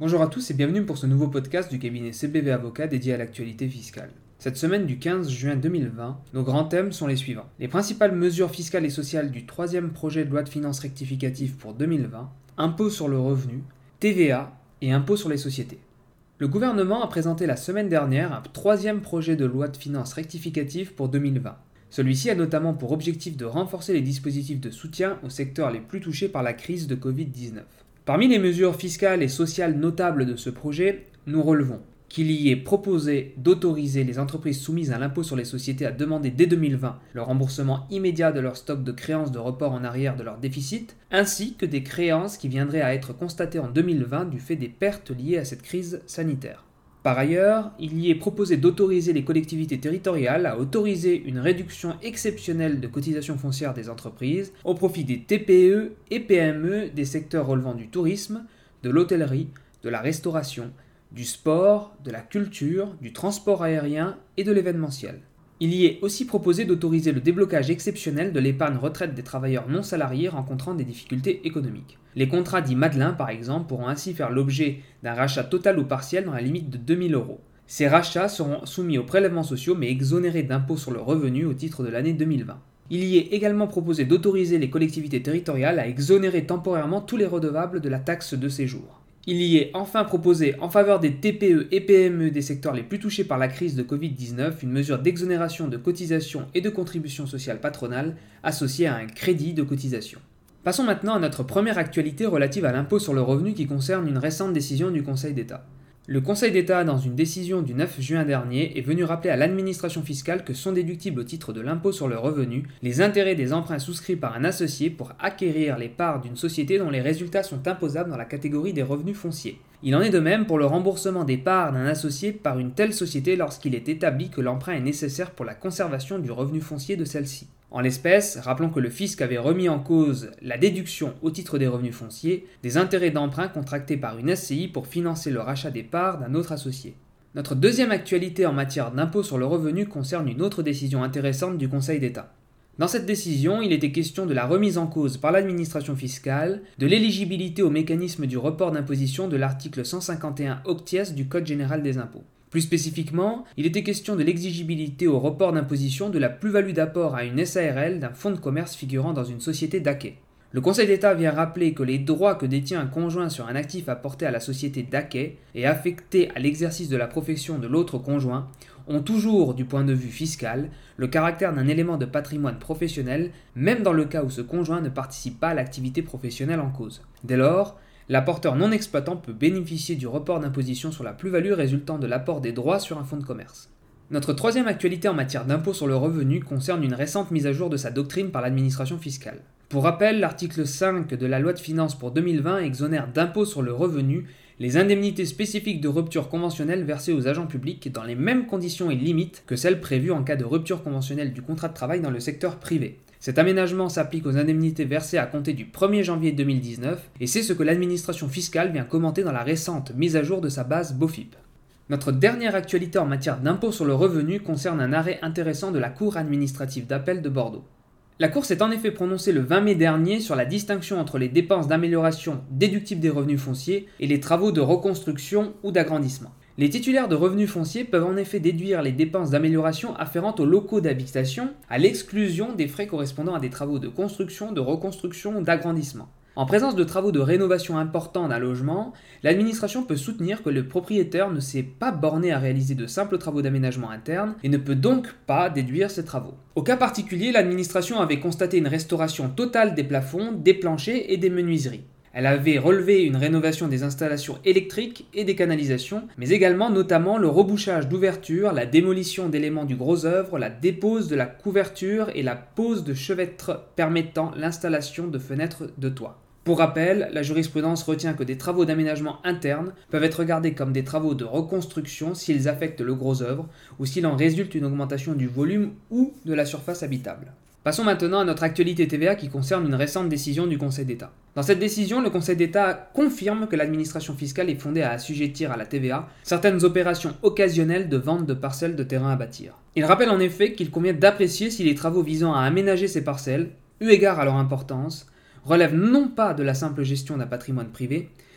Bonjour à tous et bienvenue pour ce nouveau podcast du cabinet CBV Avocat dédié à l'actualité fiscale. Cette semaine du 15 juin 2020, nos grands thèmes sont les suivants. Les principales mesures fiscales et sociales du troisième projet de loi de finances rectificative pour 2020, impôt sur le revenu, TVA et impôt sur les sociétés. Le gouvernement a présenté la semaine dernière un troisième projet de loi de finances rectificative pour 2020. Celui-ci a notamment pour objectif de renforcer les dispositifs de soutien aux secteurs les plus touchés par la crise de Covid-19. Parmi les mesures fiscales et sociales notables de ce projet, nous relevons qu'il y est proposé d'autoriser les entreprises soumises à l'impôt sur les sociétés à demander dès 2020 le remboursement immédiat de leur stock de créances de report en arrière de leur déficit, ainsi que des créances qui viendraient à être constatées en 2020 du fait des pertes liées à cette crise sanitaire. Par ailleurs, il y est proposé d'autoriser les collectivités territoriales à autoriser une réduction exceptionnelle de cotisations foncières des entreprises au profit des TPE et PME des secteurs relevant du tourisme, de l'hôtellerie, de la restauration, du sport, de la culture, du transport aérien et de l'événementiel. Il y est aussi proposé d'autoriser le déblocage exceptionnel de l'épargne retraite des travailleurs non salariés rencontrant des difficultés économiques. Les contrats dits Madelin, par exemple, pourront ainsi faire l'objet d'un rachat total ou partiel dans la limite de 2 000 €. Ces rachats seront soumis aux prélèvements sociaux mais exonérés d'impôt sur le revenu au titre de l'année 2020. Il y est également proposé d'autoriser les collectivités territoriales à exonérer temporairement tous les redevables de la taxe de séjour. Il y est enfin proposé en faveur des TPE et PME des secteurs les plus touchés par la crise de Covid-19 une mesure d'exonération de cotisations et de contributions sociales patronales associée à un crédit de cotisation. Passons maintenant à notre première actualité relative à l'impôt sur le revenu qui concerne une récente décision du Conseil d'État. Le Conseil d'État, dans une décision du 9 juin dernier, est venu rappeler à l'administration fiscale que sont déductibles au titre de l'impôt sur le revenu les intérêts des emprunts souscrits par un associé pour acquérir les parts d'une société dont les résultats sont imposables dans la catégorie des revenus fonciers. Il en est de même pour le remboursement des parts d'un associé par une telle société lorsqu'il est établi que l'emprunt est nécessaire pour la conservation du revenu foncier de celle-ci. En l'espèce, rappelons que le fisc avait remis en cause la déduction au titre des revenus fonciers des intérêts d'emprunt contractés par une SCI pour financer le rachat des parts d'un autre associé. Notre deuxième actualité en matière d'impôt sur le revenu concerne une autre décision intéressante du Conseil d'État. Dans cette décision, il était question de la remise en cause par l'administration fiscale de l'éligibilité au mécanisme du report d'imposition de l'article 151 octies du Code général des impôts. Plus spécifiquement, il était question de l'exigibilité au report d'imposition de la plus-value d'apport à une SARL d'un fonds de commerce figurant dans une société d'Aquet. Le Conseil d'État vient rappeler que les droits que détient un conjoint sur un actif apporté à la société d'Aquet et affectés à l'exercice de la profession de l'autre conjoint ont toujours, du point de vue fiscal, le caractère d'un élément de patrimoine professionnel, même dans le cas où ce conjoint ne participe pas à l'activité professionnelle en cause. Dès lors, l'apporteur non exploitant peut bénéficier du report d'imposition sur la plus-value résultant de l'apport des droits sur un fonds de commerce. Notre troisième actualité en matière d'impôt sur le revenu concerne une récente mise à jour de sa doctrine par l'administration fiscale. Pour rappel, l'article 5 de la loi de finances pour 2020 exonère d'impôt sur le revenu les indemnités spécifiques de rupture conventionnelle versées aux agents publics dans les mêmes conditions et limites que celles prévues en cas de rupture conventionnelle du contrat de travail dans le secteur privé. Cet aménagement s'applique aux indemnités versées à compter du 1er janvier 2019 et c'est ce que l'administration fiscale vient commenter dans la récente mise à jour de sa base BOFIP. Notre dernière actualité en matière d'impôt sur le revenu concerne un arrêt intéressant de la Cour administrative d'appel de Bordeaux. La Cour s'est en effet prononcée le 20 mai dernier sur la distinction entre les dépenses d'amélioration déductibles des revenus fonciers et les travaux de reconstruction ou d'agrandissement. Les titulaires de revenus fonciers peuvent en effet déduire les dépenses d'amélioration afférentes aux locaux d'habitation à l'exclusion des frais correspondant à des travaux de construction, de reconstruction ou d'agrandissement. En présence de travaux de rénovation importants d'un logement, l'administration peut soutenir que le propriétaire ne s'est pas borné à réaliser de simples travaux d'aménagement interne et ne peut donc pas déduire ces travaux. Au cas particulier, l'administration avait constaté une restauration totale des plafonds, des planchers et des menuiseries. Elle avait relevé une rénovation des installations électriques et des canalisations, mais également notamment le rebouchage d'ouvertures, la démolition d'éléments du gros œuvre, la dépose de la couverture et la pose de chevêtres permettant l'installation de fenêtres de toit. Pour rappel, la jurisprudence retient que des travaux d'aménagement interne peuvent être regardés comme des travaux de reconstruction s'ils affectent le gros œuvre ou s'il en résulte une augmentation du volume ou de la surface habitable. Passons maintenant à notre actualité TVA qui concerne une récente décision du Conseil d'État. Dans cette décision, le Conseil d'État confirme que l'administration fiscale est fondée à assujettir à la TVA certaines opérations occasionnelles de vente de parcelles de terrain à bâtir. Il rappelle en effet qu'il convient d'apprécier si les travaux visant à aménager ces parcelles, eu égard à leur importance, relèvent non pas de la simple gestion d'un patrimoine privé,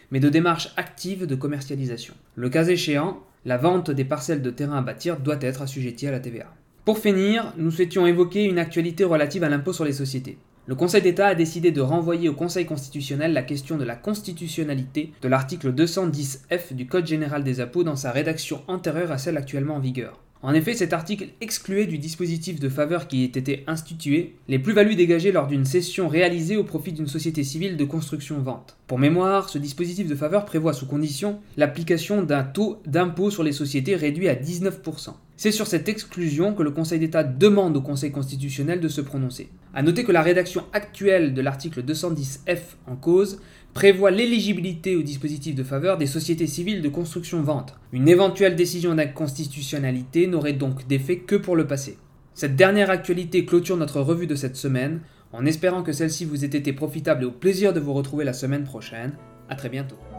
mais de démarches actives de commercialisation. Le cas échéant, la vente des parcelles de terrain à bâtir doit être assujettie à la TVA. Pour finir, nous souhaitions évoquer une actualité relative à l'impôt sur les sociétés. Le Conseil d'État a décidé de renvoyer au Conseil constitutionnel la question de la constitutionnalité de l'article 210F du Code général des impôts dans sa rédaction antérieure à celle actuellement en vigueur. En effet, cet article excluait du dispositif de faveur qui ait été institué les plus-values dégagées lors d'une cession réalisée au profit d'une société civile de construction-vente. Pour mémoire, ce dispositif de faveur prévoit sous condition l'application d'un taux d'impôt sur les sociétés réduit à 19%. C'est sur cette exclusion que le Conseil d'État demande au Conseil constitutionnel de se prononcer. A noter que la rédaction actuelle de l'article 210F en cause prévoit l'éligibilité au dispositif de faveur des sociétés civiles de construction-vente. Une éventuelle décision d'inconstitutionnalité n'aurait donc d'effet que pour le passé. Cette dernière actualité clôture notre revue de cette semaine, en espérant que celle-ci vous ait été profitable et au plaisir de vous retrouver la semaine prochaine. À très bientôt.